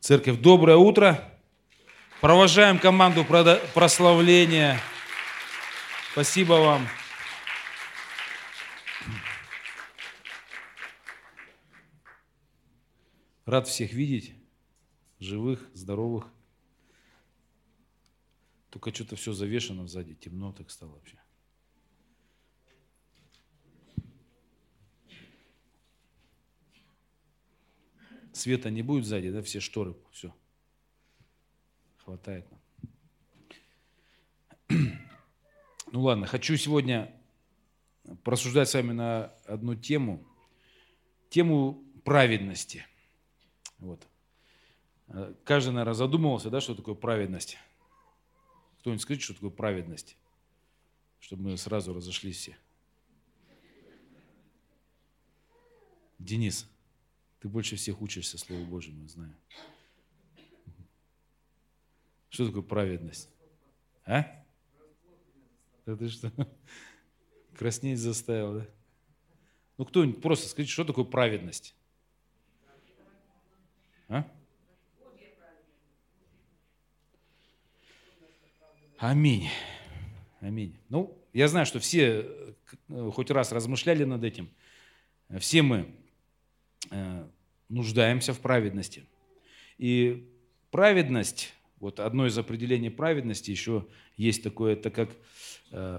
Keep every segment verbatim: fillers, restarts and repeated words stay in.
Церковь, доброе утро. Провожаем команду прославления. Спасибо вам. Рад всех видеть, живых, здоровых. Только что-то все завешено сзади, темно так стало вообще. Света не будет сзади, да, все шторы, все. Хватает нам. Ну ладно, хочу сегодня порассуждать с вами на одну тему, тему праведности. Вот. Каждый, наверное, задумывался, да, что такое праведность. Кто-нибудь скажет, что такое праведность, чтобы мы сразу разошлись все. Денис, ты больше всех учишься Слову Божьему, я знаю. Что такое праведность? А? Да ты что? Краснеть заставил, да? Ну, кто-нибудь просто скажите, что такое праведность? А? Аминь. Аминь. Ну, я знаю, что все хоть раз размышляли над этим. Все мы нуждаемся в праведности. И праведность, вот одно из определений праведности еще есть такое, это как э,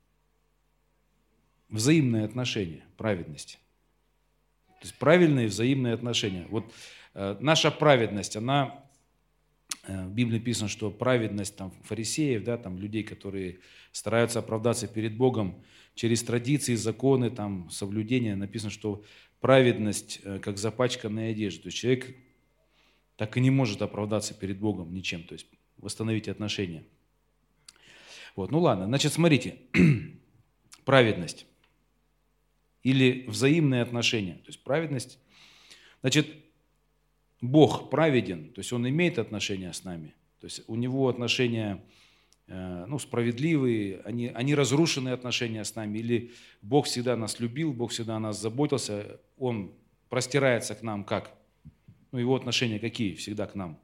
взаимные отношения, праведность. То есть правильные взаимные отношения. Вот э, наша праведность, она, э, в Библии написано, что праведность там, фарисеев, да, там, людей, которые стараются оправдаться перед Богом через традиции, законы, там, соблюдения, написано, что праведность, э, как запачканная одежда. То есть человек так и не может оправдаться перед Богом ничем, то есть восстановить отношения. Вот, ну ладно, значит, смотрите, праведность или взаимные отношения, то есть праведность, значит, Бог праведен, то есть Он имеет отношения с нами, то есть у Него отношения, ну, справедливые, они, они разрушенные отношения с нами, или Бог всегда нас любил, Бог всегда о нас заботился, Он простирается к нам как? Ну, Его отношения какие всегда к нам?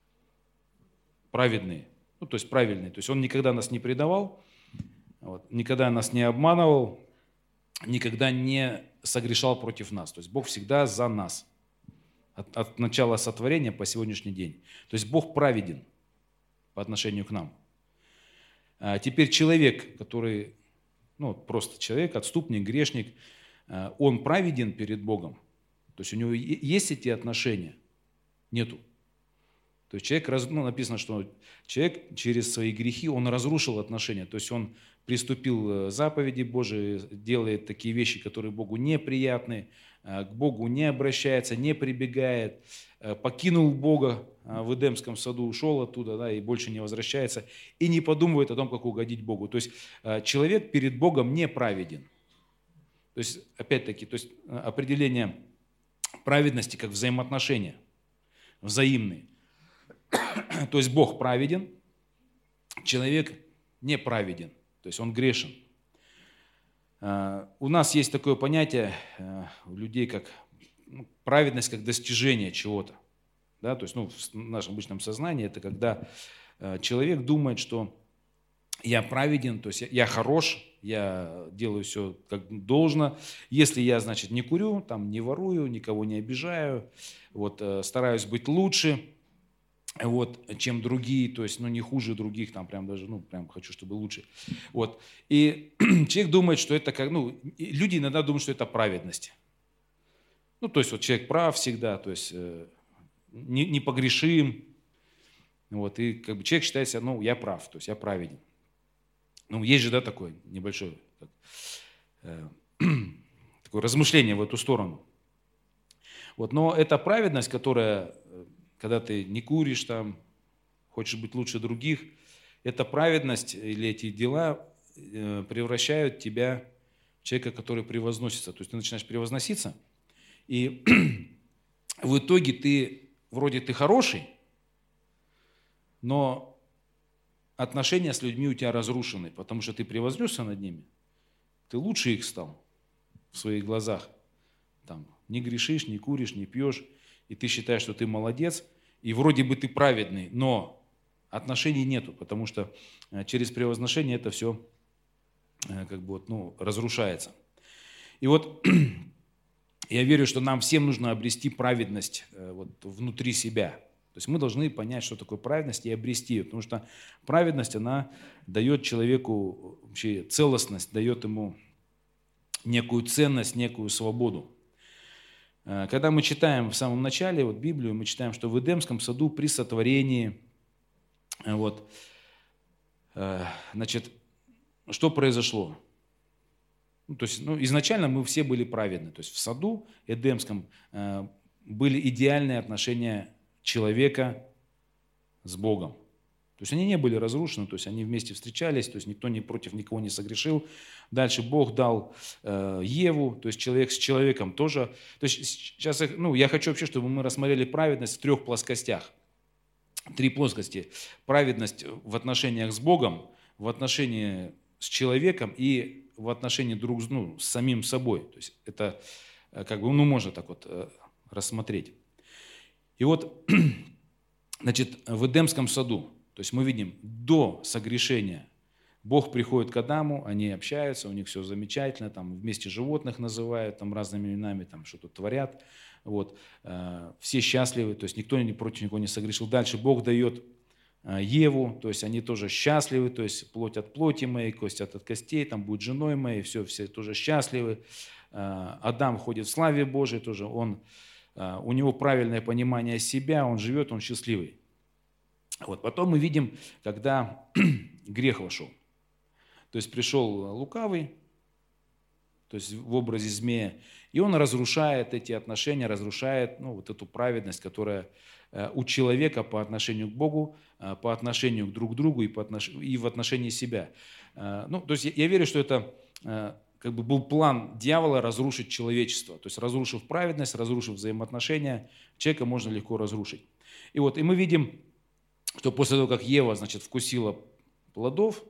Праведные, ну, то есть правильные. То есть Он никогда нас не предавал, вот, никогда нас не обманывал, никогда не согрешал против нас. То есть Бог всегда за нас. От, от начала сотворения по сегодняшний день. То есть Бог праведен по отношению к нам. А теперь человек, который, ну, просто человек, отступник, грешник, он праведен перед Богом. То есть у него есть эти отношения? Нету. То есть человек, ну, написано, что человек через свои грехи, он разрушил отношения. То есть он приступил заповеди Божии, делает такие вещи, которые Богу неприятны, к Богу не обращается, не прибегает, покинул Бога в Эдемском саду, ушел оттуда, да, и больше не возвращается, и не подумывает о том, как угодить Богу. То есть человек перед Богом не праведен. То есть, опять-таки, то есть определение праведности как взаимоотношения, взаимные. То есть Бог праведен, человек неправеден, то есть он грешен. У нас есть такое понятие у людей, как ну, праведность, как достижение чего-то. Да? То есть ну, в нашем обычном сознании это когда человек думает, что я праведен, то есть я хорош, я делаю все как должно. Если я, значит, не курю, там, не ворую, никого не обижаю, вот, стараюсь быть лучше, вот, чем другие, то есть, ну, не хуже других, там, прям даже, ну, прям хочу, чтобы лучше. Вот. И человек думает, что это как, ну, люди иногда думают, что это праведность. Ну, то есть, вот человек прав всегда, то есть, э, не, непогрешим, вот, и как бы человек считает себя, ну, я прав, то есть, я праведен. Ну, есть же, да, такое небольшое так, э, такое размышление в эту сторону. Вот, но эта праведность, которая, когда ты не куришь, там, хочешь быть лучше других, эта праведность или эти дела э, превращают тебя в человека, который превозносится. То есть ты начинаешь превозноситься, и в итоге ты, вроде ты хороший, но отношения с людьми у тебя разрушены, потому что ты превознесся над ними, ты лучше их стал в своих глазах. Там, не грешишь, не куришь, не пьешь, и ты считаешь, что ты молодец, и вроде бы ты праведный, но отношений нету, потому что через превозношение это все как бы вот, ну, разрушается. И вот я верю, что нам всем нужно обрести праведность вот внутри себя. То есть мы должны понять, что такое праведность, и обрести ее, потому что праведность, она дает человеку вообще целостность, дает ему некую ценность, некую свободу. Когда мы читаем в самом начале вот Библию, мы читаем, что в Эдемском саду при сотворении, вот, значит, что произошло? Ну, то есть, ну, изначально мы все были праведны. То есть в саду Эдемском были идеальные отношения человека с Богом. То есть они не были разрушены, то есть они вместе встречались, то есть никто не против никого не согрешил. Дальше Бог дал э, Еву, то есть человек с человеком тоже. То есть сейчас, ну, я хочу вообще, чтобы мы рассмотрели праведность в трех плоскостях. Три плоскости. Праведность в отношениях с Богом, в отношении с человеком и в отношении друг ну, с самим собой. То есть это как бы, ну, можно так вот э, рассмотреть. И вот, значит, в Эдемском саду, то есть мы видим, до согрешения Бог приходит к Адаму, они общаются, у них все замечательно, там вместе животных называют, там разными именами, там что-то творят, вот, э, все счастливы, то есть никто не против никого не согрешил. Дальше Бог дает э, Еву, то есть они тоже счастливы, то есть плоть от плоти моей, кость от, от костей, там будет женой моей, все, все тоже счастливы. Э, Адам ходит в славе Божией тоже, он, э, у него правильное понимание себя, он живет, он счастливый. Вот. Потом мы видим, когда грех вошел. То есть пришел лукавый, то есть в образе змея, и он разрушает эти отношения, разрушает ну, вот эту праведность, которая у человека по отношению к Богу, по отношению друг к другу и, по отнош... и в отношении себя. Ну, то есть я, я верю, что это как бы был план дьявола разрушить человечество. То есть разрушив праведность, разрушив взаимоотношения, человека можно легко разрушить. И вот и мы видим, что после того, как Ева, значит, вкусила плодов,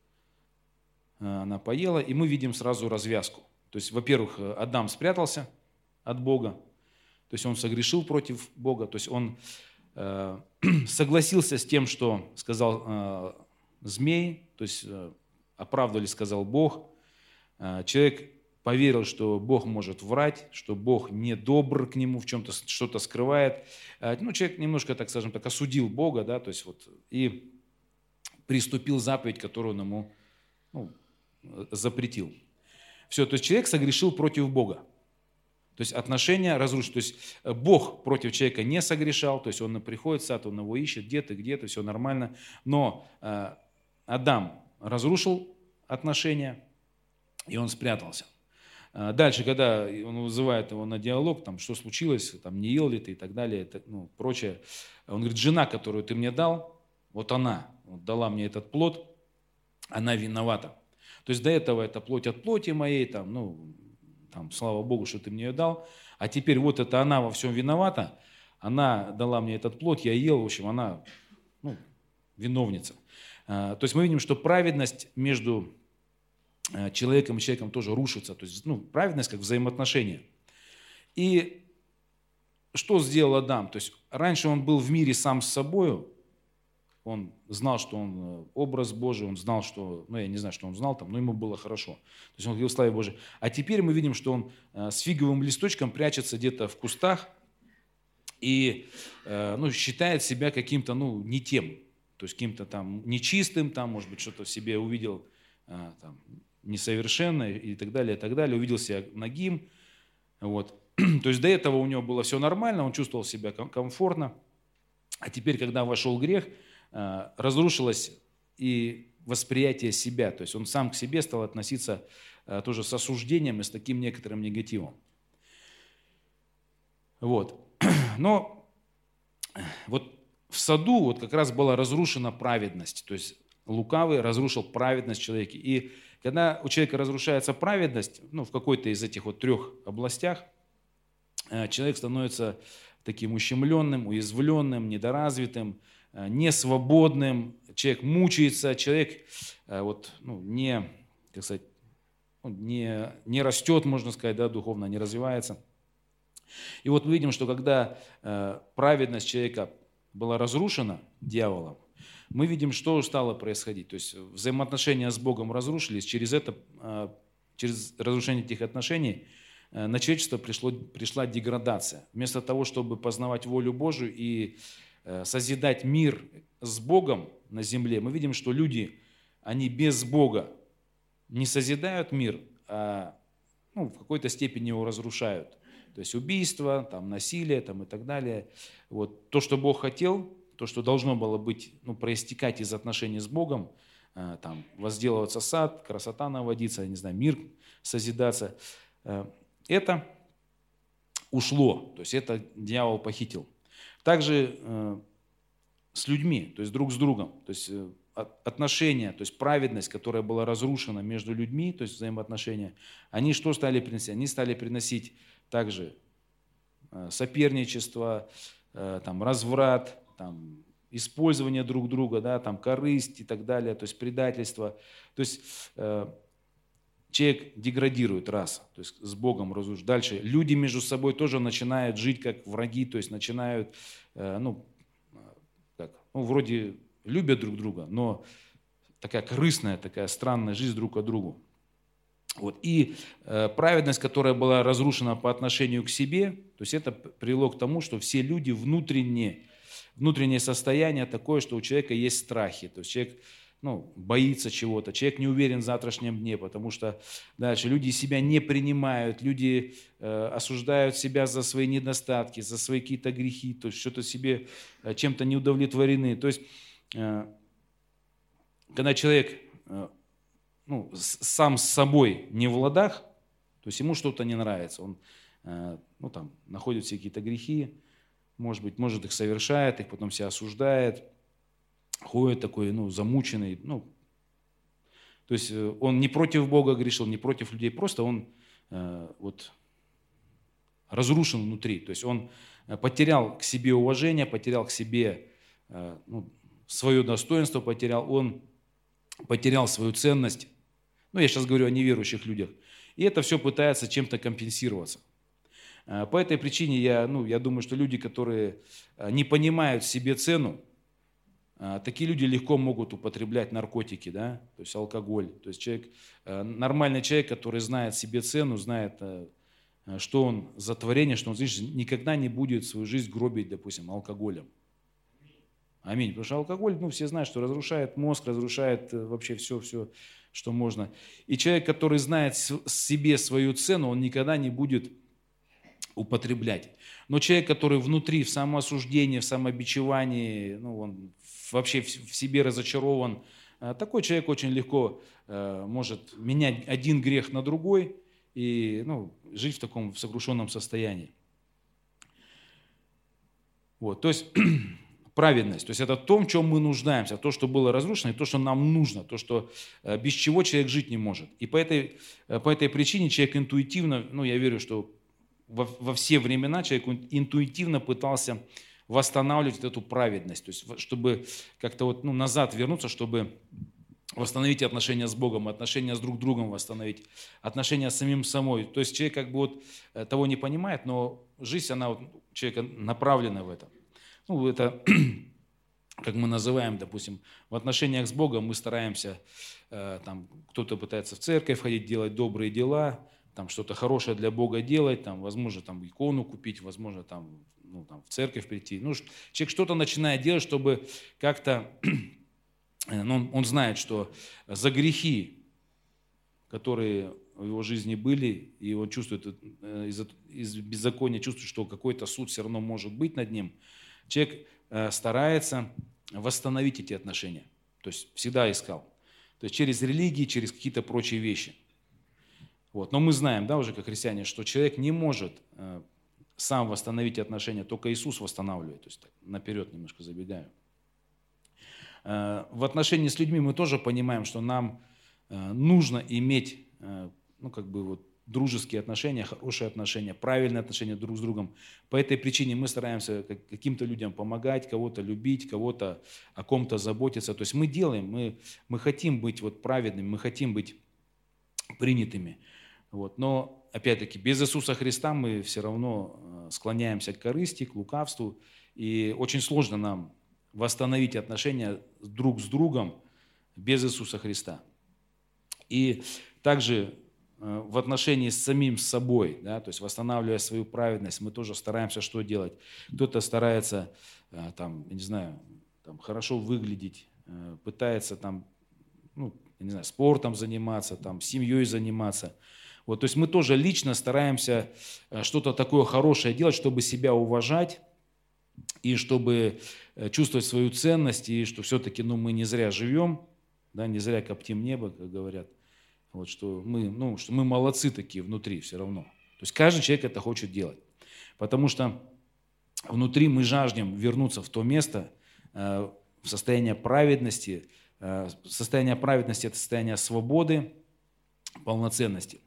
она поела, и мы видим сразу развязку. То есть, во-первых, Адам спрятался от Бога, то есть он согрешил против Бога, то есть он э, согласился с тем, что сказал э, змей, то есть э, оправдывали, сказал Бог. Э, человек поверил, что Бог может врать, что Бог недобр к нему, в чем-то что-то скрывает. Ну, человек немножко, так скажем так, осудил Бога, да, то есть вот, и приступил заповедь, которую он ему ну, запретил. Все, то есть человек согрешил против Бога. То есть отношения разрушены. То есть Бог против человека не согрешал, то есть он приходит в сад, он его ищет, где ты, где ты, все нормально. Но э, Адам разрушил отношения, и он спрятался. Дальше, когда он вызывает его на диалог, там, что случилось, там, не ел ли ты и так далее, это, ну, прочее. Он говорит, жена, которую ты мне дал, вот она вот, дала мне этот плод, она виновата. То есть до этого это плоть от плоти моей, там, ну, там, слава Богу, что ты мне ее дал, а теперь вот это она во всем виновата, она дала мне этот плод, я ел, в общем, она ну, виновница. То есть мы видим, что праведность между человеком и человеком тоже рушится. То есть, ну, праведность как взаимоотношения. И что сделал Адам? То есть раньше он был в мире сам с собою, он знал, что он образ Божий, он знал, что, ну, я не знаю, что он знал там, но ему было хорошо. То есть он говорил, слава Божией. А теперь мы видим, что он с фиговым листочком прячется где-то в кустах и, ну, считает себя каким-то, ну, не тем, то есть каким-то там нечистым, там, может быть, что-то в себе увидел, там, несовершенное и так далее, и так далее, увидел себя нагим, вот. То есть до этого у него было все нормально, он чувствовал себя комфортно, а теперь, когда вошел грех, разрушилось и восприятие себя, то есть он сам к себе стал относиться тоже с осуждением и с таким некоторым негативом. Вот. Но вот в саду вот как раз была разрушена праведность, то есть лукавый разрушил праведность человека. И когда у человека разрушается праведность, ну, в какой-то из этих вот трех областях, человек становится таким ущемленным, уязвленным, недоразвитым, несвободным, человек мучается, человек вот, ну, не, как сказать, не, не растет, можно сказать, да, духовно не развивается. И вот мы видим, что когда праведность человека была разрушена дьяволом, мы видим, что стало происходить. То есть взаимоотношения с Богом разрушились, через это, через разрушение этих отношений на человечество пришло, пришла деградация. Вместо того, чтобы познавать волю Божию и созидать мир с Богом на земле, мы видим, что люди, они без Бога не созидают мир, а ну, в какой-то степени его разрушают. То есть убийство, там, насилие там, и так далее. Вот. То, что Бог хотел, то, что должно было быть, ну, проистекать из отношений с Богом, там, возделываться сад, красота наводиться, я не знаю, мир созидаться, это ушло, то есть это дьявол похитил. Также э, с людьми, то есть друг с другом, то есть э, отношения, то есть праведность, которая была разрушена между людьми, то есть взаимоотношения, они что стали приносить? Они стали приносить также э, соперничество, э, там, разврат, там, использование друг друга, да, там, корысть и так далее, то есть предательство. То есть э, человек деградирует, раз, то есть с Богом разрушен. Дальше люди между собой тоже начинают жить как враги, то есть начинают, э, ну, как, ну, вроде любят друг друга, но такая корыстная, такая странная жизнь друг от друга. Вот. И э, праведность, которая была разрушена по отношению к себе, то есть это привело к тому, что все люди внутренне, внутреннее состояние такое, что у человека есть страхи, то есть человек, ну, боится чего-то, человек не уверен в завтрашнем дне, потому что дальше люди себя не принимают, люди э, осуждают себя за свои недостатки, за свои какие-то грехи, то есть что-то себе э, чем-то не удовлетворены. То есть, э, когда человек э, ну, сам с собой не в ладах, то есть ему что-то не нравится, он э, ну, там, находит все какие-то грехи, может быть, может их совершает, их потом себя осуждает, ходит такой, ну, замученный, ну, то есть он не против Бога грешил, не против людей, просто он э, вот разрушен внутри, то есть он потерял к себе уважение, потерял к себе э, ну, свое достоинство, потерял, он потерял свою ценность, ну, я сейчас говорю о неверующих людях, и это все пытается чем-то компенсироваться. По этой причине я, ну, я думаю, что люди, которые не понимают в себе цену, такие люди легко могут употреблять наркотики, да, то есть алкоголь. То есть человек, нормальный человек, который знает себе цену, знает, что он за творение, что он здесь, никогда не будет свою жизнь гробить, допустим, алкоголем. Аминь. Потому что алкоголь, ну, все знают, что разрушает мозг, разрушает вообще все, все, что можно. И человек, который знает себе свою цену, он никогда не будет употреблять. Но человек, который внутри, в самоосуждении, в самобичевании, ну, он вообще в себе разочарован, такой человек очень легко может менять один грех на другой и, ну, жить в таком в сокрушенном состоянии. Вот, то есть праведность, то есть это то, в чем мы нуждаемся, то, что было разрушено, и то, что нам нужно, то, что без чего человек жить не может. И по этой, по этой причине человек интуитивно, ну, я верю, что во, во все времена человек интуитивно пытался восстанавливать эту праведность, то есть чтобы как-то вот, ну, назад вернуться, чтобы восстановить отношения с Богом, отношения с друг другом восстановить, отношения с самим собой. То есть человек как бы вот того не понимает, но жизнь, она вот, человека направлена в это. Ну, это, как мы называем, допустим, в отношениях с Богом мы стараемся, там, кто-то пытается в церковь ходить, делать добрые дела, там, что-то хорошее для Бога делать, там, возможно, там, икону купить, возможно, там, ну, там, в церковь прийти. Ну, человек что-то начинает делать, чтобы как-то, ну, он, он знает, что за грехи, которые в его жизни были, и он чувствует, из, из беззакония чувствует, что какой-то суд все равно может быть над ним, человек старается восстановить эти отношения. То есть всегда искал. То есть через религии, через какие-то прочие вещи. Вот. Но мы знаем, да, уже как христиане, что человек не может э, сам восстановить отношения, только Иисус восстанавливает. То есть так, наперед немножко забегаю. Э, в отношении с людьми мы тоже понимаем, что нам э, нужно иметь, э, ну, как бы вот, дружеские отношения, хорошие отношения, правильные отношения друг с другом. По этой причине мы стараемся каким-то людям помогать, кого-то любить, кого-то о ком-то заботиться. То есть мы делаем, мы, мы хотим быть вот праведными, мы хотим быть принятыми. Вот. Но опять-таки, без Иисуса Христа мы все равно склоняемся к корысти, к лукавству, и очень сложно нам восстановить отношения друг с другом без Иисуса Христа. И также в отношении с самим собой, да, то есть восстанавливая свою праведность, мы тоже стараемся что делать? Кто-то старается, там, я не знаю, там, хорошо выглядеть, пытается там, ну, я не знаю, спортом заниматься, там, семьей заниматься. Вот, то есть мы тоже лично стараемся что-то такое хорошее делать, чтобы себя уважать и чтобы чувствовать свою ценность, и что все-таки, ну, мы не зря живем, да, не зря коптим небо, как говорят. Вот, что, мы, ну, что мы молодцы такие внутри все равно. То есть каждый человек это хочет делать. Потому что внутри мы жаждем вернуться в то место, э, в состояние праведности. Э, состояние праведности – это состояние свободы, полноценности.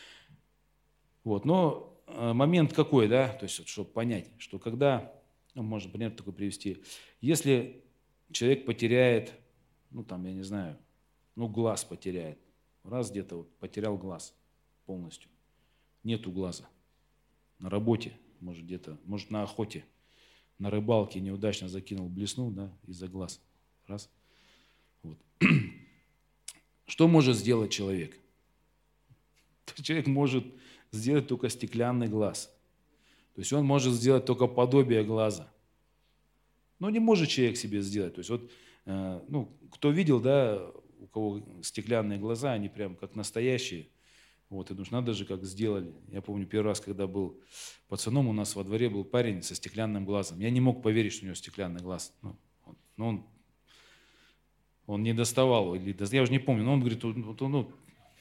Вот, но э, момент какой, да, то есть, вот, чтобы понять, что когда, ну, можно пример такой привести, если человек потеряет, ну, там, я не знаю, ну, глаз потеряет, раз где-то вот потерял глаз полностью, нету глаза. На работе, может где-то, может на охоте, на рыбалке неудачно закинул, блеснул, да, из-за глаз. Раз. Вот. Что может сделать человек? Человек может сделать только стеклянный глаз. То есть он может сделать только подобие глаза. Но не может человек себе сделать. То есть вот, ну, кто видел, да, у кого стеклянные глаза, они прям как настоящие. Вот, и думаешь, надо же, как сделали. Я помню, первый раз, когда был пацаном, у нас во дворе был парень со стеклянным глазом. Я не мог поверить, что у него стеклянный глаз. Ну, он, но он, он не доставал, или, я уже не помню, но он говорит, ну, ну,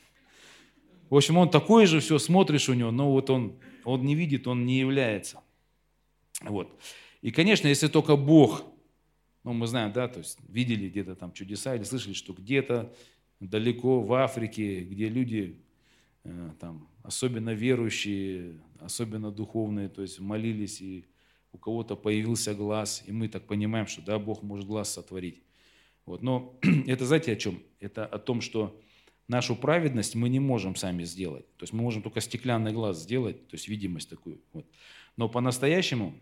в общем, он такой же, все, смотришь у него, но вот он, он не видит, он не является. Вот. И, конечно, если только Бог, ну, мы знаем, да, то есть видели где-то там чудеса или слышали, что где-то далеко в Африке, где люди э, там особенно верующие, особенно духовные, то есть молились, и у кого-то появился глаз, и мы так понимаем, что да, Бог может глаз сотворить. Вот. Но это, знаете, о чем? Это о том, что нашу праведность мы не можем сами сделать. То есть мы можем только стеклянный глаз сделать, то есть видимость такую. Вот. Но по-настоящему,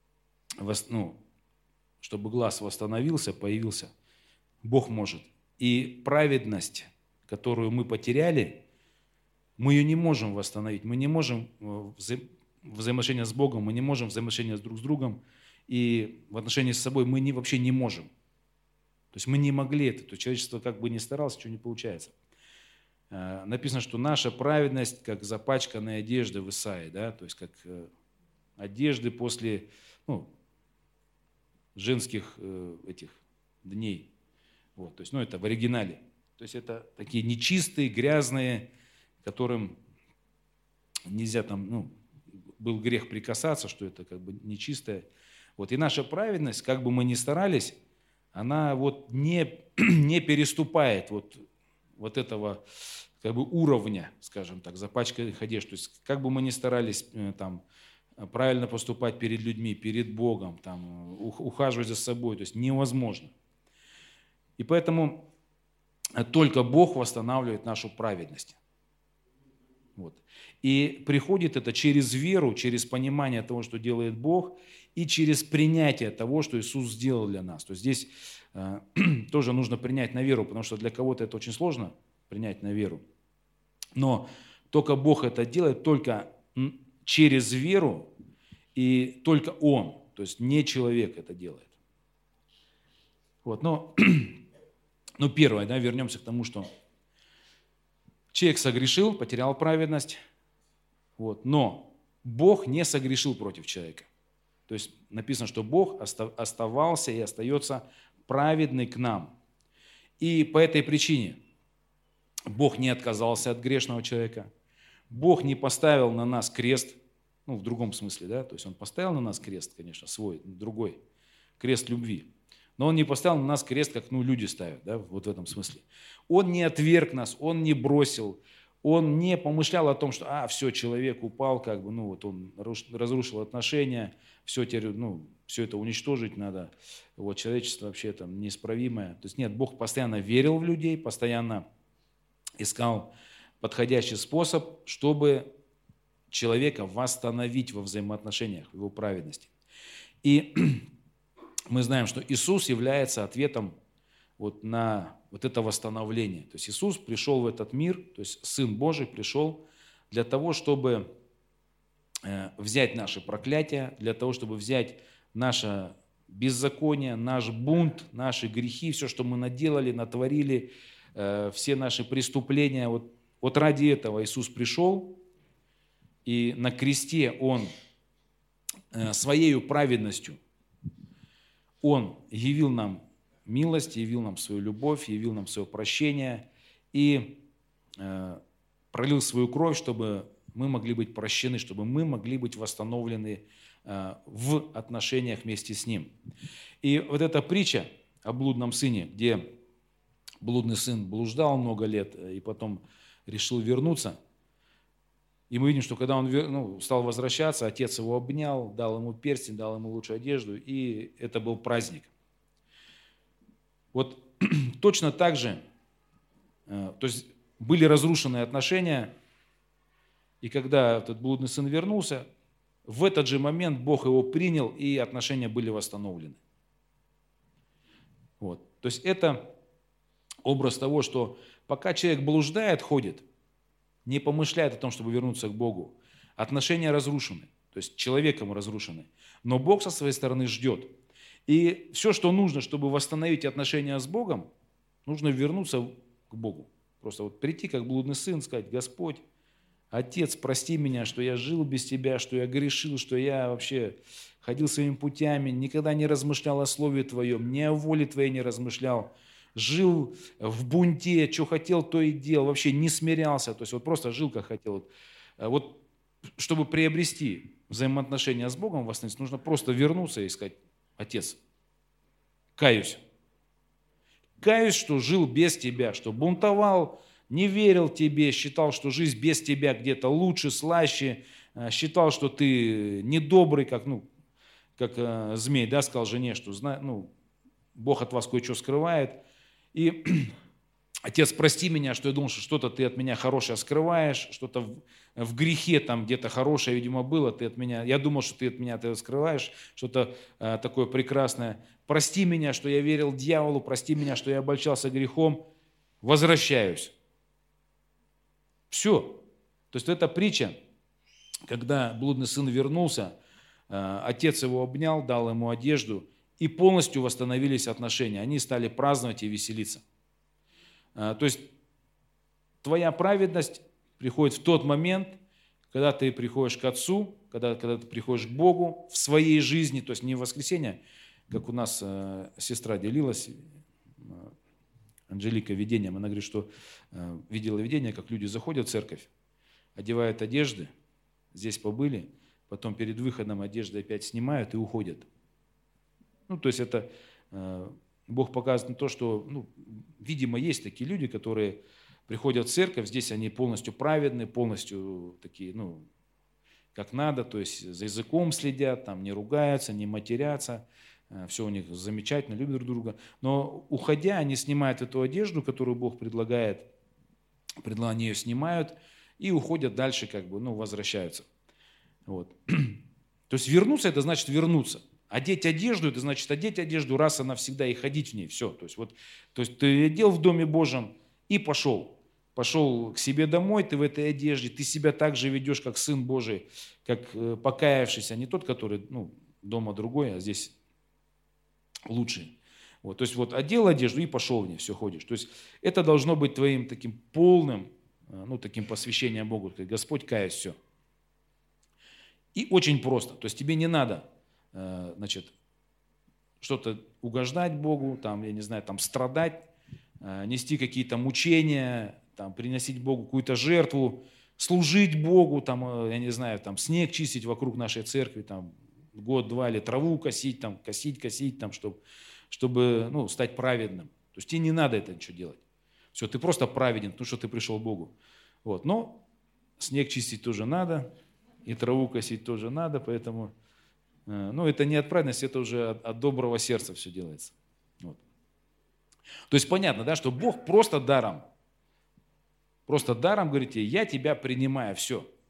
ну, чтобы глаз восстановился, появился, Бог может. И праведность, которую мы потеряли, мы ее не можем восстановить. Мы не можем вза- взаимоотношения с Богом, мы не можем взаимоотношения друг с другом. И в отношении с собой мы не, вообще не можем. То есть мы не могли это. То человечество как бы ни старалось, ничего не получается. Написано, что наша праведность, как запачканные одежды в Исаии, да, то есть как одежды после, ну, женских э, этих дней. Вот, то есть, ну, это в оригинале. То есть это такие нечистые, грязные, которым нельзя там, ну, был грех прикасаться, что это как бы нечистое. Вот, и наша праведность, как бы мы ни старались, она вот не, не переступает вот, вот этого как бы уровня, скажем так, запачканных одежд. То есть как бы мы ни старались э, там правильно поступать перед людьми, перед Богом, там, ухаживать за собой, то есть невозможно. И поэтому только Бог восстанавливает нашу праведность. Вот. И приходит это через веру, через понимание того, что делает Бог, и через принятие того, что Иисус сделал для нас. То есть здесь э, тоже нужно принять на веру, потому что для кого-то это очень сложно принять на веру. Но только Бог это делает, только через веру, и только Он, то есть не человек это делает. Вот, но, ну, первое, да, вернемся к тому, что человек согрешил, потерял праведность, вот, но Бог не согрешил против человека. То есть написано, что Бог оставался и остается праведный к нам. И по этой причине Бог не отказался от грешного человека, Бог не поставил на нас крест, ну, в другом смысле, да, то есть Он поставил на нас крест, конечно, свой, другой, крест любви. Но Он не поставил на нас крест, как, ну, люди ставят, да, вот в этом смысле. Он не отверг нас, Он не бросил, Он не помышлял о том, что, а, все, человек упал, как бы, ну, вот он разрушил отношения, все, теперь, ну, все это уничтожить надо, вот, человечество вообще там неисправимое. То есть нет, Бог постоянно верил в людей, постоянно искал подходящий способ, чтобы человека восстановить во взаимоотношениях, в его праведности. И мы знаем, что Иисус является ответом вот на вот это восстановление. То есть Иисус пришел в этот мир, то есть Сын Божий пришел для того, чтобы взять наши проклятия, для того, чтобы взять наше беззаконие, наш бунт, наши грехи, все, что мы наделали, натворили, все наши преступления. Вот, вот ради этого Иисус пришел, и на кресте Он своей праведностью, Он явил нам милость, явил нам свою любовь, явил нам свое прощение и пролил свою кровь, чтобы мы могли быть прощены, чтобы мы могли быть восстановлены в отношениях вместе с Ним. И вот эта притча о блудном сыне, где блудный сын блуждал много лет и потом решил вернуться, и мы видим, что когда он ну, стал возвращаться, отец его обнял, дал ему перстень, дал ему лучшую одежду, и это был праздник. Вот точно так же, то есть были разрушены отношения, и когда этот блудный сын вернулся, в этот же момент Бог его принял, и отношения были восстановлены. Вот. То есть это образ того, что пока человек блуждает, ходит, не помышляет о том, чтобы вернуться к Богу, отношения разрушены, то есть человеком разрушены, но Бог со своей стороны ждет. И все, что нужно, чтобы восстановить отношения с Богом, нужно вернуться к Богу. Просто вот прийти, как блудный сын, сказать: Господь, Отец, прости меня, что я жил без Тебя, что я грешил, что я вообще ходил своими путями, никогда не размышлял о Слове Твоем, ни о воле Твоей не размышлял, жил в бунте, что хотел, то и делал, вообще не смирялся, то есть вот просто жил, как хотел. Вот чтобы приобрести взаимоотношения с Богом, восстановить, нужно просто вернуться и сказать: Отец, каюсь. Каюсь, что жил без Тебя, что бунтовал, не верил Тебе, считал, что жизнь без Тебя где-то лучше, слаще, считал, что Ты недобрый, как, ну, как э, змей, да, сказал жене, что ну, Бог от вас кое-что скрывает. И Отец, прости меня, что я думал, что что-то Ты от меня хорошее скрываешь, что-то в, в грехе там где-то хорошее, видимо, было, Ты от меня, я думал, что Ты от меня это скрываешь, что-то э, такое прекрасное. Прости меня, что я верил дьяволу, прости меня, что я обольщался грехом, возвращаюсь. Все. То есть это притча, когда блудный сын вернулся, отец его обнял, дал ему одежду, и полностью восстановились отношения. Они стали праздновать и веселиться. То есть твоя праведность приходит в тот момент, когда ты приходишь к Отцу, когда, когда ты приходишь к Богу в своей жизни, то есть не в воскресенье, как у нас сестра делилась, Анжелика, видением. Она говорит, что э, видела видение, как люди заходят в церковь, одевают одежды, здесь побыли, потом перед выходом одежды опять снимают и уходят. Ну, то есть это э, Бог показывает то, что, ну, видимо, есть такие люди, которые приходят в церковь, здесь они полностью праведны, полностью такие, ну, как надо, то есть за языком следят, там не ругаются, не матерятся. Все у них замечательно, любят друг друга. Но уходя, они снимают эту одежду, которую Бог предлагает, они ее снимают и уходят дальше, как бы, ну, возвращаются. Вот. То есть вернуться – это значит вернуться. Одеть одежду – это значит одеть одежду раз и навсегда и ходить в ней. Все. То есть, вот, то есть ты одел в Доме Божьем и пошел. Пошел к себе домой, ты в этой одежде, ты себя так же ведешь, как Сын Божий, как покаявшийся, не тот, который, ну, дома другой, а здесь лучший. Вот, то есть вот одел одежду и пошел в ней, все ходишь. То есть это должно быть твоим таким полным, ну, таким посвящением Богу. Господь, каюсь, все. И очень просто. То есть тебе не надо, значит, что-то угождать Богу, там, я не знаю, там страдать, нести какие-то мучения, там, приносить Богу какую-то жертву, служить Богу, там, я не знаю, там, снег чистить вокруг нашей церкви, там, год-два, или траву косить, там, косить, косить, там, чтобы, чтобы ну, стать праведным. То есть тебе не надо это ничего делать. Все, ты просто праведен, потому что ты пришел к Богу. Вот. Но снег чистить тоже надо, и траву косить тоже надо, поэтому, ну, это не от праведности, это уже от, от доброго сердца все делается. Вот. То есть понятно, да, что Бог просто даром, просто даром говорит тебе: я тебя принимаю, все.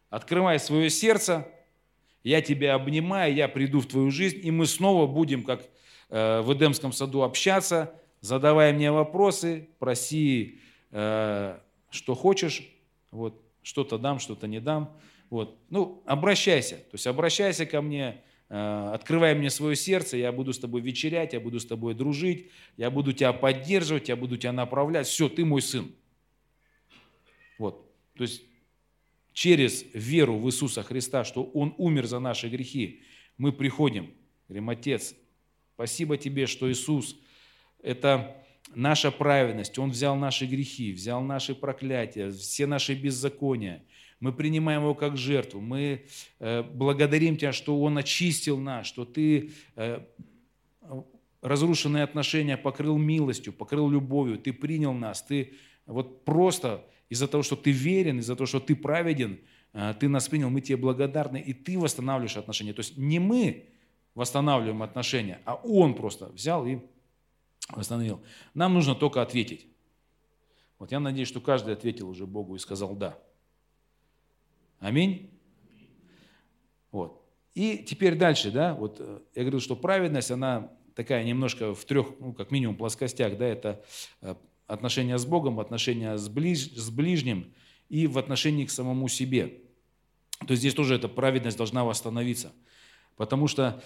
открывай свое сердце, я тебя обнимаю, я приду в твою жизнь, и мы снова будем, как э, в Эдемском саду, общаться, задавай мне вопросы, проси, э, что хочешь, вот, что-то дам, что-то не дам. Вот. Ну, обращайся, то есть обращайся ко мне, э, открывай мне свое сердце, я буду с тобой вечерять, я буду с тобой дружить, я буду тебя поддерживать, я буду тебя направлять, все, ты мой сын. Вот, то есть через веру в Иисуса Христа, что Он умер за наши грехи, мы приходим, говорим: Отец, спасибо Тебе, что Иисус – это наша праведность, Он взял наши грехи, взял наши проклятия, все наши беззакония. Мы принимаем Его как жертву, мы э, благодарим Тебя, что Он очистил нас, что Ты э, разрушенные отношения покрыл милостью, покрыл любовью, Ты принял нас, Ты вот просто из-за того, что Ты верен, из-за того, что Ты праведен, э, Ты нас принял, мы Тебе благодарны, и Ты восстанавливаешь отношения. То есть не мы восстанавливаем отношения, а Он просто взял и восстановил. Нам нужно только ответить. Вот я надеюсь, что каждый ответил уже Богу и сказал «да». Аминь. Вот. И теперь дальше, да, вот я говорил, что праведность, она такая немножко в трех, ну, как минимум, плоскостях, да, это отношения с Богом, отношения с, ближ, с ближним и в отношении к самому себе. То есть здесь тоже эта праведность должна восстановиться. Потому что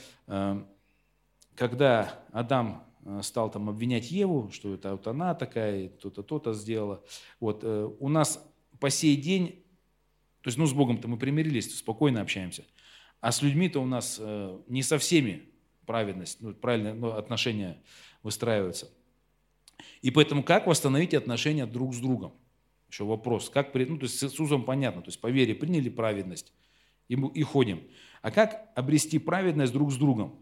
когда Адам стал там обвинять Еву, что это вот она такая, то-то, то-то сделала, вот, у нас по сей день, то есть, ну, с Богом-то мы примирились, спокойно общаемся, а с людьми-то у нас не со всеми праведность, ну, правильные ну, отношения выстраиваются. И поэтому как восстановить отношения друг с другом? Еще вопрос. Как, ну, то есть с Иисусом понятно, то есть по вере приняли праведность и, и ходим. А как обрести праведность друг с другом?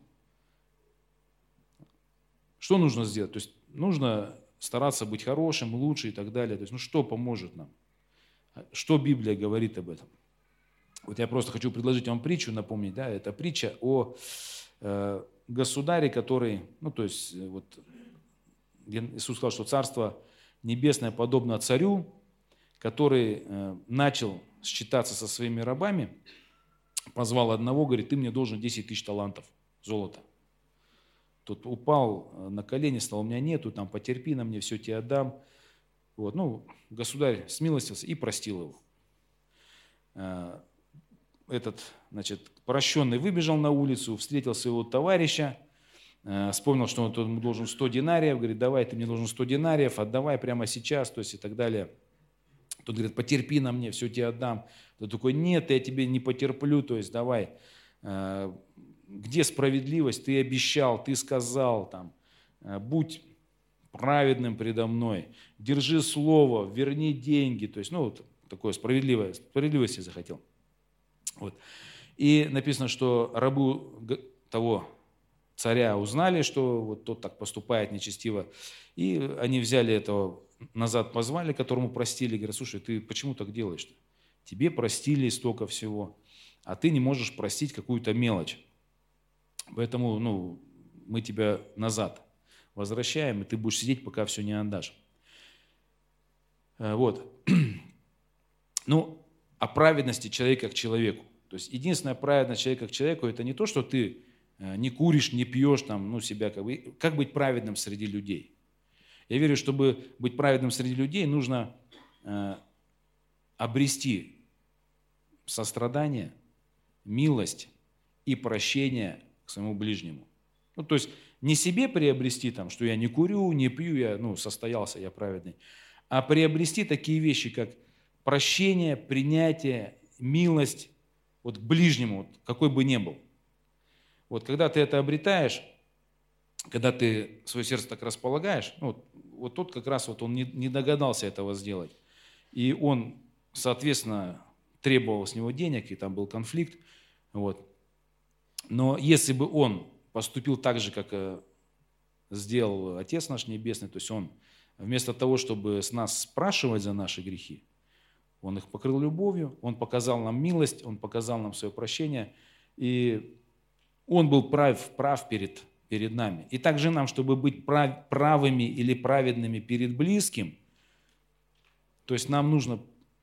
Что нужно сделать? То есть нужно стараться быть хорошим, лучше и так далее. То есть, ну, что поможет нам? Что Библия говорит об этом? Вот я просто хочу предложить вам притчу, напомнить, да, это притча о э, государе, который, ну, то есть, вот, Иисус сказал, что Царство Небесное подобно царю, который э, начал считаться со своими рабами, позвал одного, говорит: ты мне должен десять тысяч талантов золота. Тот упал на колени, сказал: у меня нету, там, потерпи на мне, все тебе отдам. Вот, ну, государь смилостился и простил его. Этот, значит, прощенный выбежал на улицу, встретил своего товарища, вспомнил, что он ему должен сто динариев, говорит: давай, ты мне должен сто динариев, отдавай прямо сейчас, то есть и так далее. Тот говорит: потерпи на мне, все тебе отдам. Тот такой: нет, я тебе не потерплю, то есть давай, где справедливость, ты обещал, ты сказал, там, будь праведным предо мной, держи слово, верни деньги, то есть, ну, вот такое справедливое, справедливости захотел. Вот. И написано, что рабы того царя узнали, что вот тот так поступает нечестиво, и они взяли этого, назад позвали, которому простили, говорят: слушай, ты почему так делаешь-то? Тебе простили столько всего, а ты не можешь простить какую-то мелочь. Поэтому, ну, мы тебя назад возвращаем, и ты будешь сидеть, пока все не отдашь. Вот. Ну, о праведности человека к человеку. То есть единственная праведность человека к человеку – это не то, что ты не куришь, не пьешь, там, ну, себя как бы… Как быть праведным среди людей? Я верю, чтобы быть праведным среди людей, нужно э, обрести сострадание, милость и прощение к своему ближнему. Ну, то есть не себе приобрести, там, что я не курю, не пью, я, ну, состоялся, я праведный, а приобрести такие вещи, как прощение, принятие, милость вот к ближнему, вот, какой бы ни был. Вот когда ты это обретаешь, когда ты свое сердце так располагаешь, ну, вот, вот тот как раз вот он не, не догадался этого сделать. И он, соответственно, требовал с него денег, и там был конфликт. Вот. Но если бы он поступил так же, как сделал Отец наш Небесный, то есть он вместо того, чтобы с нас спрашивать за наши грехи, он их покрыл любовью, он показал нам милость, он показал нам свое прощение, и он был прав, прав перед, перед нами. И также нам, чтобы быть прав, правыми или праведными перед близким, то есть нам нужно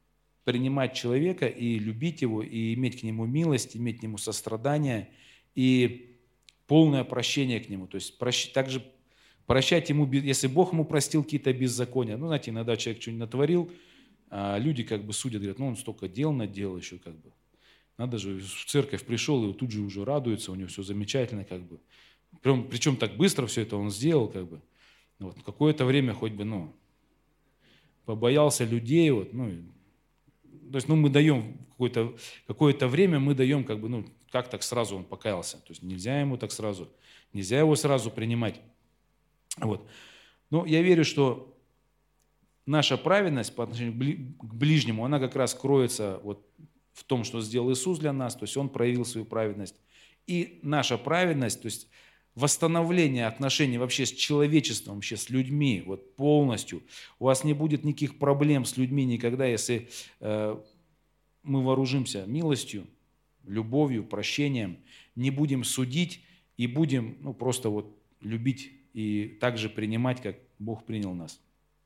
принимать человека и любить его, и иметь к нему милость, иметь к нему сострадание и полное прощение к нему. То есть прощ... также прощать ему, если Бог ему простил какие-то беззакония. Ну, знаете, иногда человек что-нибудь натворил, а люди как бы судят, говорят, ну, он столько дел наделал еще как бы. Надо же, в церковь пришел, и тут же уже радуется, у него все замечательно как бы. Причем, причем так быстро все это он сделал как бы. Вот, какое-то время хоть бы, ну, побоялся людей, вот, ну, то есть, ну, мы даем какое-то, какое-то время, мы даем, как бы, ну, как так сразу он покаялся. То есть нельзя ему так сразу, нельзя его сразу принимать. Вот. Но я верю, что наша праведность по отношению к ближнему, она как раз кроется вот в том, что сделал Иисус для нас, то есть Он проявил свою праведность. И наша праведность, то есть восстановление отношений вообще с человечеством, вообще с людьми, вот полностью. У вас не будет никаких проблем с людьми никогда, если э, мы вооружимся милостью, любовью, прощением, не будем судить и будем, ну, просто вот любить и также принимать, как Бог принял нас.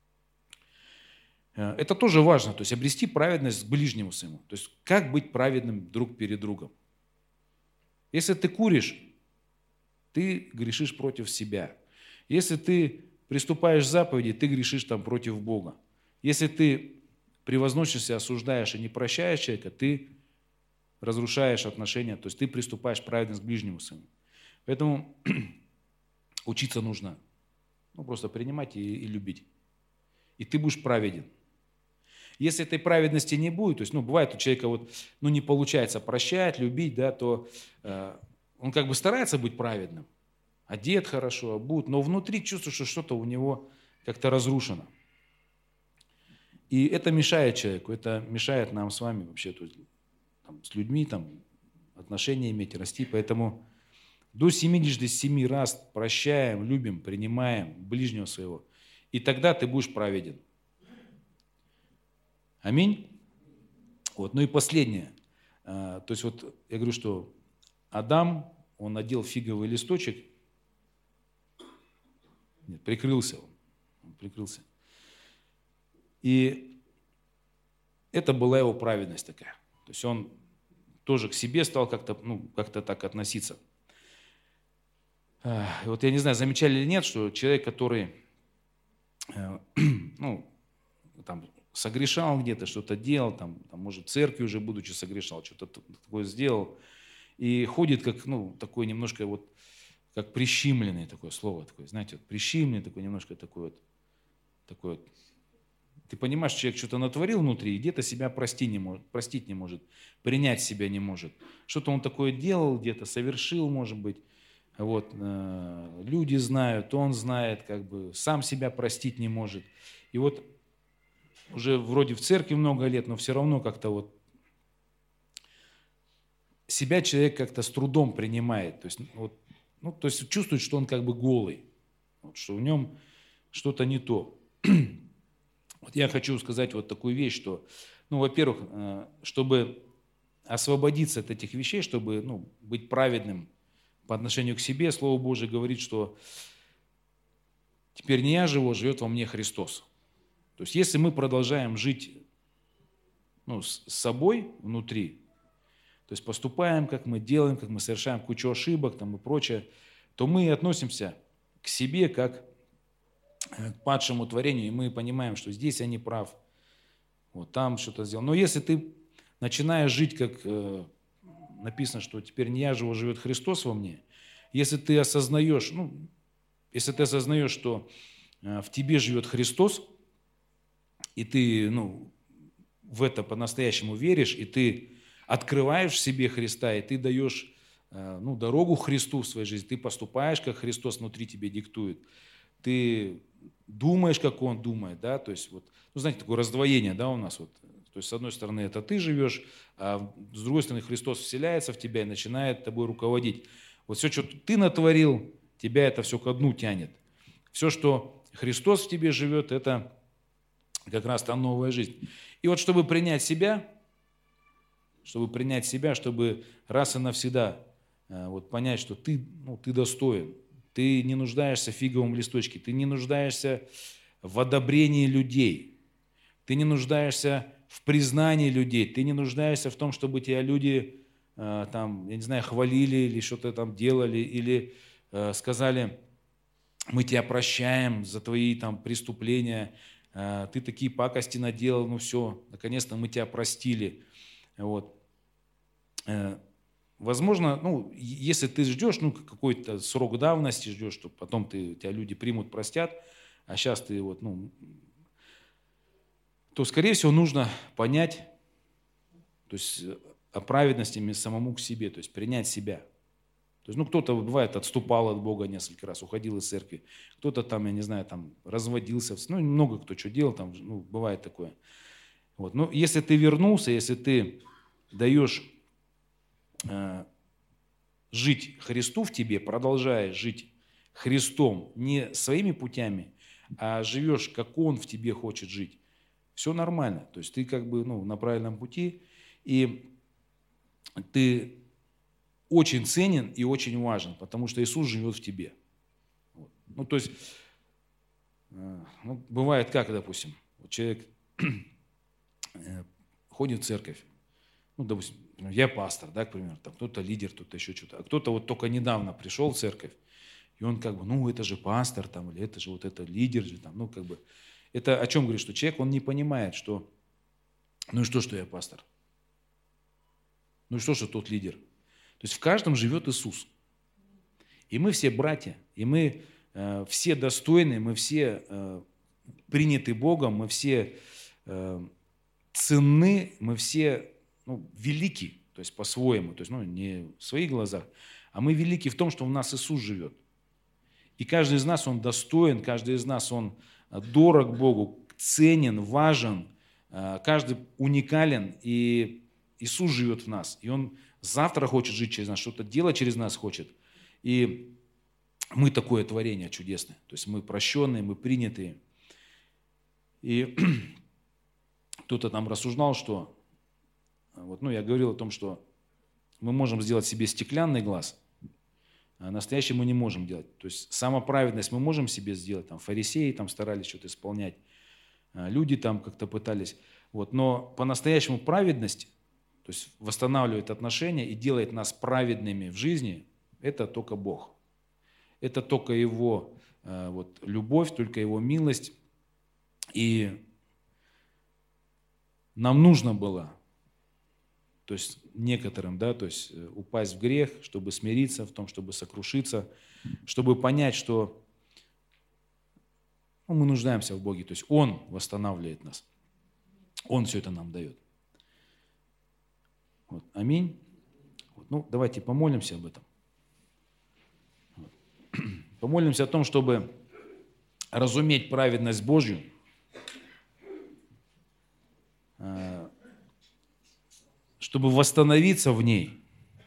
Это тоже важно, то есть обрести праведность к ближнему своему. То есть как быть праведным друг перед другом. Если ты куришь, ты грешишь против себя. Если ты приступаешь к заповеди, ты грешишь там против Бога. Если ты превозносишься, осуждаешь и не прощаешь человека, ты разрушаешь отношения, то есть ты приступаешь праведность к ближнему своему. Поэтому учиться нужно, ну, просто принимать и, и любить. И ты будешь праведен. Если этой праведности не будет, то есть, ну, бывает у человека вот, ну, не получается прощать, любить, да, то э, он как бы старается быть праведным, одет хорошо, обут, но внутри чувствует, что что-то у него как-то разрушено. И это мешает человеку, это мешает нам с вами вообще тут, там, с людьми там, отношения иметь, расти. Поэтому до семидесяти семи раз прощаем, любим, принимаем ближнего своего. И тогда ты будешь праведен. Аминь. Вот. Ну и последнее. То есть вот я говорю, что Адам, он надел фиговый листочек, нет, прикрылся он, он прикрылся. И это была его праведность такая. То есть он тоже к себе стал как-то, ну, как-то так относиться. И вот я не знаю, замечали или нет, что человек, который, ну, там, согрешал где-то, что-то делал, там, там, может, в церкви уже будучи согрешал, что-то такое сделал, и ходит как, ну, такой немножко вот, как прищимленный, такое слово такое, знаете, вот, прищимленный, такой немножко такой вот, такой вот. Ты понимаешь, человек что-то натворил внутри, и где-то себя простить не может, простить не может, принять себя не может. Что-то он такое делал, где-то совершил, может быть, вот, э, люди знают, он знает, как бы, сам себя простить не может. И вот уже вроде в церкви много лет, но все равно как-то вот себя человек как-то с трудом принимает. То есть, вот, ну, то есть чувствует, что он как бы голый, вот, что в нем что-то не то. Вот я хочу сказать вот такую вещь, что, ну, во-первых, чтобы освободиться от этих вещей, чтобы, ну, быть праведным по отношению к себе, Слово Божие говорит, что теперь не я живу, живет во мне Христос. То есть если мы продолжаем жить, ну, с собой внутри, то есть поступаем, как мы делаем, как мы совершаем кучу ошибок там, и прочее, то мы относимся к себе как к падшему творению, и мы понимаем, что здесь я не прав, вот там что-то сделал. Но если ты начинаешь жить, как э, написано, что теперь не я живу, живет Христос во мне, если ты осознаешь, ну, если ты осознаешь, что э, в тебе живет Христос, и ты, ну, в это по-настоящему веришь, и ты открываешь в себе Христа, и ты даешь, э, ну, дорогу Христу в своей жизни, ты поступаешь, как Христос внутри тебе диктует, ты думаешь, как Он думает, да, то есть вот, ну, знаете, такое раздвоение, да, у нас вот, то есть с одной стороны это ты живешь, а с другой стороны Христос вселяется в тебя и начинает тобой руководить. Вот все, что ты натворил, тебя это все ко дну тянет. Все, что Христос в тебе живет, это как раз та новая жизнь. И вот чтобы принять себя, чтобы принять себя, чтобы раз и навсегда вот понять, что ты, ну, ты достоин, ты не нуждаешься в фиговом листочке, ты не нуждаешься в одобрении людей, ты не нуждаешься в признании людей, ты не нуждаешься в том, чтобы тебя люди, э, там, я не знаю, хвалили или что-то там делали, или э, сказали, мы тебя прощаем за твои там преступления, э, ты такие пакости наделал, ну все, наконец-то мы тебя простили. Вот. Э, Возможно, ну, если ты ждешь, ну, какой-то срок давности ждешь, что потом ты, тебя люди примут, простят, а сейчас ты вот, ну, то, скорее всего, нужно понять, то есть о праведности самому к себе, то есть принять себя. То есть, ну, кто-то, бывает, отступал от Бога несколько раз, уходил из церкви, кто-то там, я не знаю, там, разводился, ну, много кто что делал, там, ну, бывает такое. Вот. Но если ты вернулся, если ты даешь э, жить Христу в тебе, продолжаешь жить Христом не своими путями, а живешь, как Он в тебе хочет жить, все нормально. То есть ты как бы, ну, на правильном пути, и ты очень ценен и очень важен, потому что Иисус живет в тебе. Вот. Ну, то есть, э, ну, бывает как, допустим, вот человек э, ходит в церковь, ну, допустим, я пастор, да, к примеру, там кто-то лидер, кто-то еще что-то, а кто-то вот только недавно пришел в церковь, и он как бы, ну, это же пастор, там, или это же вот это лидер же, там, ну, как бы, это о чем говорит, что человек, он не понимает, что, ну и что, что я пастор? Ну и что, что тот лидер? То есть в каждом живет Иисус. И мы все братья, и мы э, все достойны, мы все э, приняты Богом, мы все э, ценны, мы все, ну, велики, то есть по-своему, то есть, ну, не в своих глазах, а мы велики в том, что в нас Иисус живет. И каждый из нас, он достоин, каждый из нас, он дорог Богу, ценен, важен, э, каждый уникален, и Иисус живет в нас, и Он завтра хочет жить через нас, что-то делать через нас хочет. И мы такое творение чудесное, то есть мы прощенные, мы принятые. И кто-то там рассуждал, что, вот, ну, я говорил о том, что мы можем сделать себе стеклянный глаз, а настоящий мы не можем делать. То есть самоправедность мы можем себе сделать, там фарисеи там старались что-то исполнять, люди там как-то пытались, вот, но по-настоящему праведность, то есть восстанавливает отношения и делает нас праведными в жизни, это только Бог. Это только Его э, вот, любовь, только Его милость. И нам нужно было, то есть некоторым, да, то есть упасть в грех, чтобы смириться в том, чтобы сокрушиться, чтобы понять, что, ну, мы нуждаемся в Боге. То есть Он восстанавливает нас. Он все это нам дает. Вот. Аминь. Вот. Ну, давайте помолимся об этом. Вот. Помолимся о том, чтобы разуметь праведность Божью, чтобы восстановиться в ней.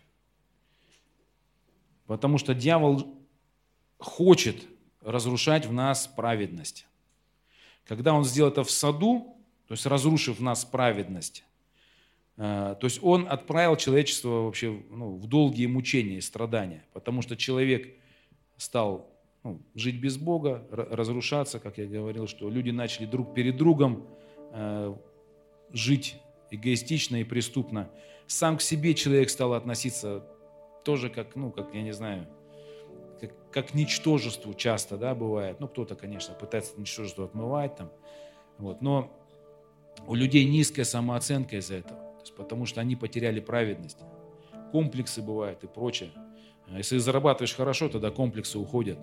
Потому что дьявол хочет разрушать в нас праведность. Когда он сделал это в саду, то есть разрушив в нас праведность, то есть он отправил человечество вообще, ну, в долгие мучения и страдания, потому что человек стал, ну, жить без Бога, разрушаться, как я говорил, что люди начали друг перед другом э, жить эгоистично и преступно. Сам к себе человек стал относиться тоже как, ну, как, я не знаю, как, как к ничтожеству часто, да, бывает. Ну, кто-то, конечно, пытается ничтожество отмывать там, вот, но у людей низкая самооценка из-за этого. Потому что они потеряли праведность. Комплексы бывают и прочее. Если зарабатываешь хорошо, тогда комплексы уходят.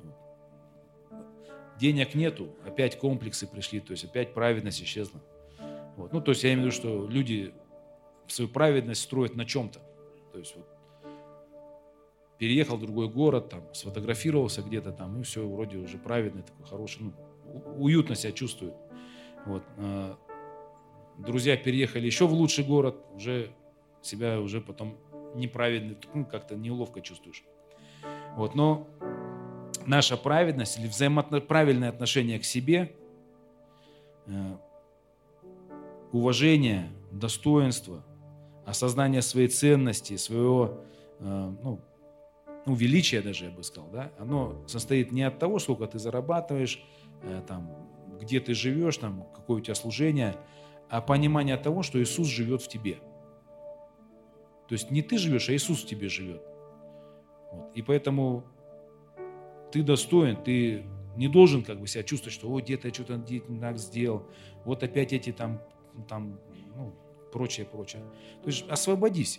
Денег нету, опять комплексы пришли, то есть опять праведность исчезла. Вот. Ну, то есть я имею в виду, что люди свою праведность строят на чем-то. То есть вот, переехал в другой город, там, сфотографировался где-то там, и все, вроде уже праведный, такой хороший, ну, уютно себя чувствует. Вот. Друзья переехали еще в лучший город, уже себя уже потом неправедно, ну, как-то неловко чувствуешь. Вот, но наша праведность или взаимоотно... правильное отношение к себе, э, уважение, достоинство, осознание своей ценности, своего э, ну, ну, величия даже, я бы сказал, да, оно состоит не от того, сколько ты зарабатываешь, э, там, где ты живешь, там, какое у тебя служение, а понимание того, что Иисус живет в тебе. То есть не ты живешь, а Иисус в тебе живет. Вот. И поэтому ты достоин, ты не должен как бы себя чувствовать, что о, где-то я что-то не так сделал, вот опять эти там, там ну, прочее, прочее. То есть освободись.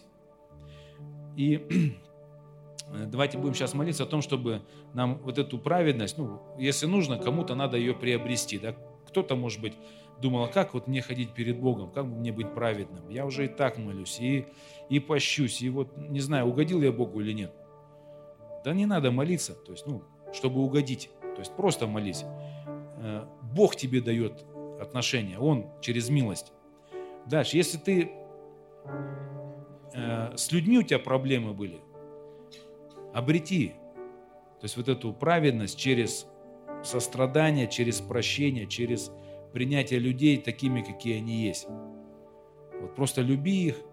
И давайте будем сейчас молиться о том, чтобы нам вот эту праведность, ну, если нужно, кому-то надо ее приобрести. Да? Кто-то, может быть, думал, а как вот мне ходить перед Богом, как мне быть праведным? Я уже и так молюсь, и, и пощусь, и вот не знаю, угодил я Богу или нет. Да не надо молиться, то есть, ну, чтобы угодить, то есть просто молись. Бог тебе дает отношения, Он через милость. Дальше, если ты э, с людьми у тебя проблемы были, обрети, то есть вот эту праведность через сострадание, через прощение, через принятие людей такими, какие они есть. Вот просто люби их.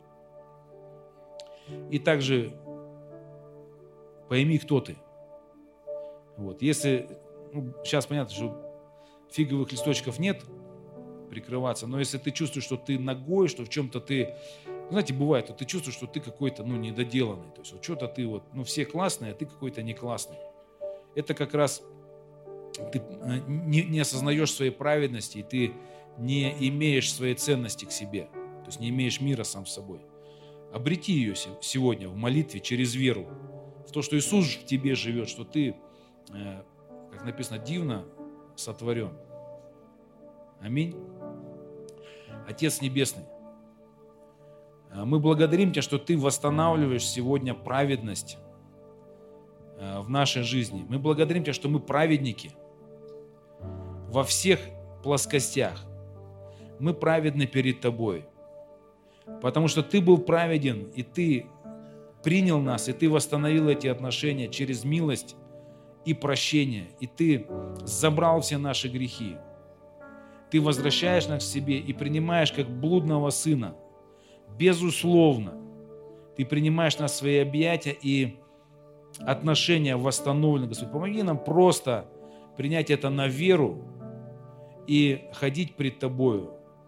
И также пойми, кто ты. Вот. Если, ну, сейчас понятно, что фиговых листочков нет прикрываться, но если ты чувствуешь, что ты ногой, что в чем-то ты, знаете, бывает, вот ты чувствуешь, что ты какой-то, ну, недоделанный, то есть вот что-то ты вот, ну, все классные, а ты какой-то не классный. Это как раз ты не, не осознаешь своей праведности, и ты не имеешь своей ценности к себе, то есть не имеешь мира сам с собой. Обрети ее сегодня в молитве через веру, в то, что Иисус в тебе живет, что ты, как написано, дивно сотворен. Аминь. Отец Небесный, мы благодарим Тебя, что Ты восстанавливаешь сегодня праведность в нашей жизни. Мы благодарим Тебя, что мы праведники во всех плоскостях. Мы праведны перед Тобой, потому что Ты был праведен, и Ты принял нас, и Ты восстановил эти отношения через милость и прощение, и Ты забрал все наши грехи. Ты возвращаешь нас к себе и принимаешь как блудного сына. Безусловно, Ты принимаешь нас в свои объятия, и отношения восстановлены. Господь, помоги нам просто принять это на веру и ходить пред Тобою.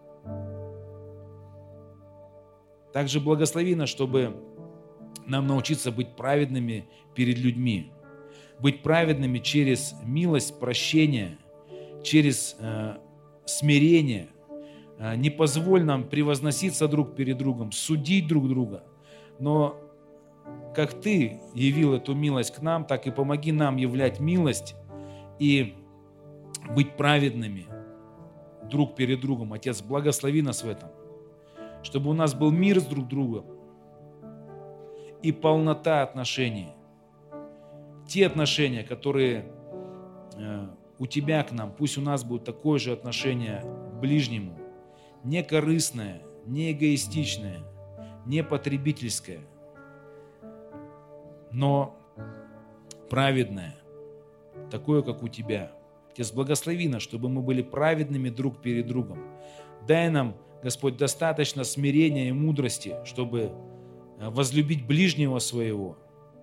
Также благослови нас, чтобы нам научиться быть праведными перед людьми. Быть праведными через милость, прощение, через э, смирение. Э, не позволь нам превозноситься друг перед другом, судить друг друга. Но как Ты явил эту милость к нам, так и помоги нам являть милость и быть праведными друг перед другом. Отец, благослови нас в этом, чтобы у нас был мир с друг другом и полнота отношений. Те отношения, которые э, у Тебя к нам, пусть у нас будет такое же отношение к ближнему, не корыстное, не эгоистичное, не потребительское, но праведное, такое, как у Тебя. Отец, благослови нас, чтобы мы были праведными друг перед другом. Дай нам, Господь, достаточно смирения и мудрости, чтобы возлюбить ближнего своего,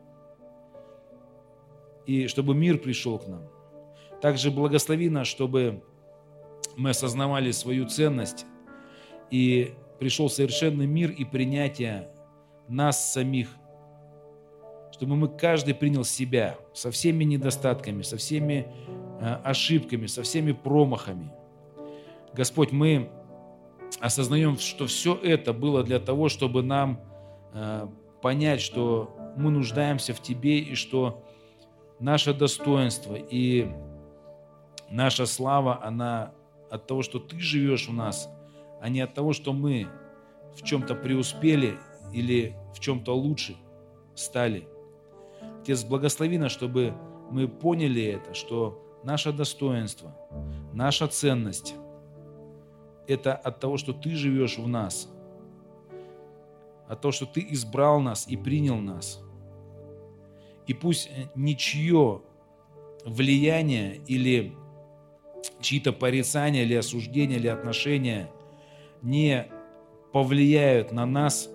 и чтобы мир пришел к нам. Также благослови нас, чтобы мы осознавали свою ценность, и пришел совершенный мир и принятие нас самих, чтобы мы каждый принял себя со всеми недостатками, со всеми ошибками, со всеми промахами. Господь, мы осознаем, что все это было для того, чтобы нам понять, что мы нуждаемся в Тебе, и что наше достоинство и наша слава, она от того, что Ты живешь в нас, а не от того, что мы в чем-то преуспели или в чем-то лучше стали. Отец, благослови нас, чтобы мы поняли это, что наше достоинство, наша ценность – это от того, что Ты живешь в нас, от того, что Ты избрал нас и принял нас. И пусть ничье влияние или чьи-то порицания, или осуждения, или отношения не повлияют на нас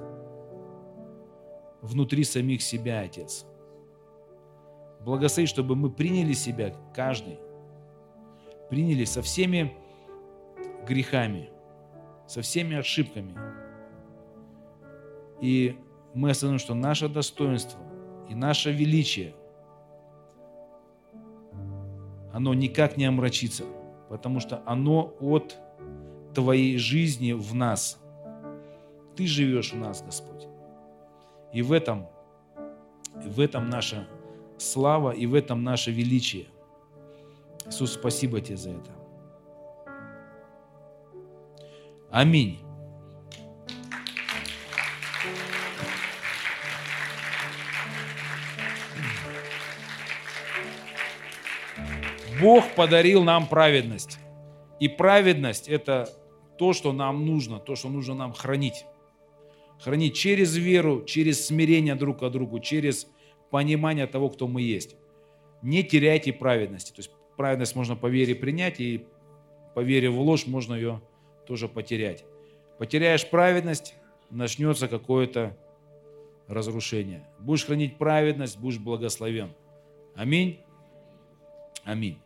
внутри самих себя, Отец. Благослови, чтобы мы приняли себя, каждый, приняли со всеми грехами, со всеми ошибками. И мы осознаем, что наше достоинство и наше величие, оно никак не омрачится, потому что оно от Твоей жизни в нас. Ты живешь в нас, Господь. И в этом, в этом наша слава, и в этом наше величие. Иисус, спасибо Тебе за это. Аминь. Бог подарил нам праведность. И праведность – это то, что нам нужно, то, что нужно нам хранить. Хранить через веру, через смирение друг к другу, через понимание того, кто мы есть. Не теряйте праведности. То есть праведность можно по вере принять, и по вере в ложь можно ее тоже потерять. Потеряешь праведность, начнется какое-то разрушение. Будешь хранить праведность, будешь благословен. Аминь. Аминь.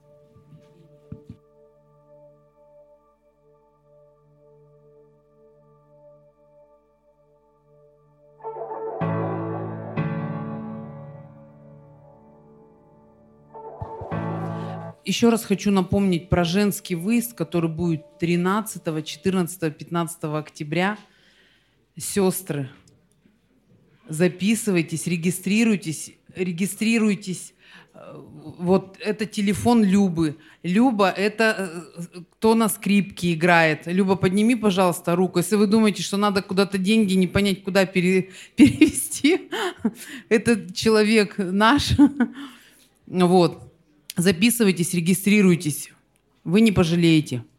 Еще раз хочу напомнить про женский выезд, который будет тринадцатого, четырнадцатого, пятнадцатого октября. Сестры, записывайтесь, регистрируйтесь, регистрируйтесь. Вот это телефон Любы. Люба – это кто на скрипке играет. Люба, подними, пожалуйста, руку. Если вы думаете, что надо куда-то деньги, не понять, куда пере, перевести, этот человек наш. Вот. Записывайтесь, регистрируйтесь. Вы не пожалеете.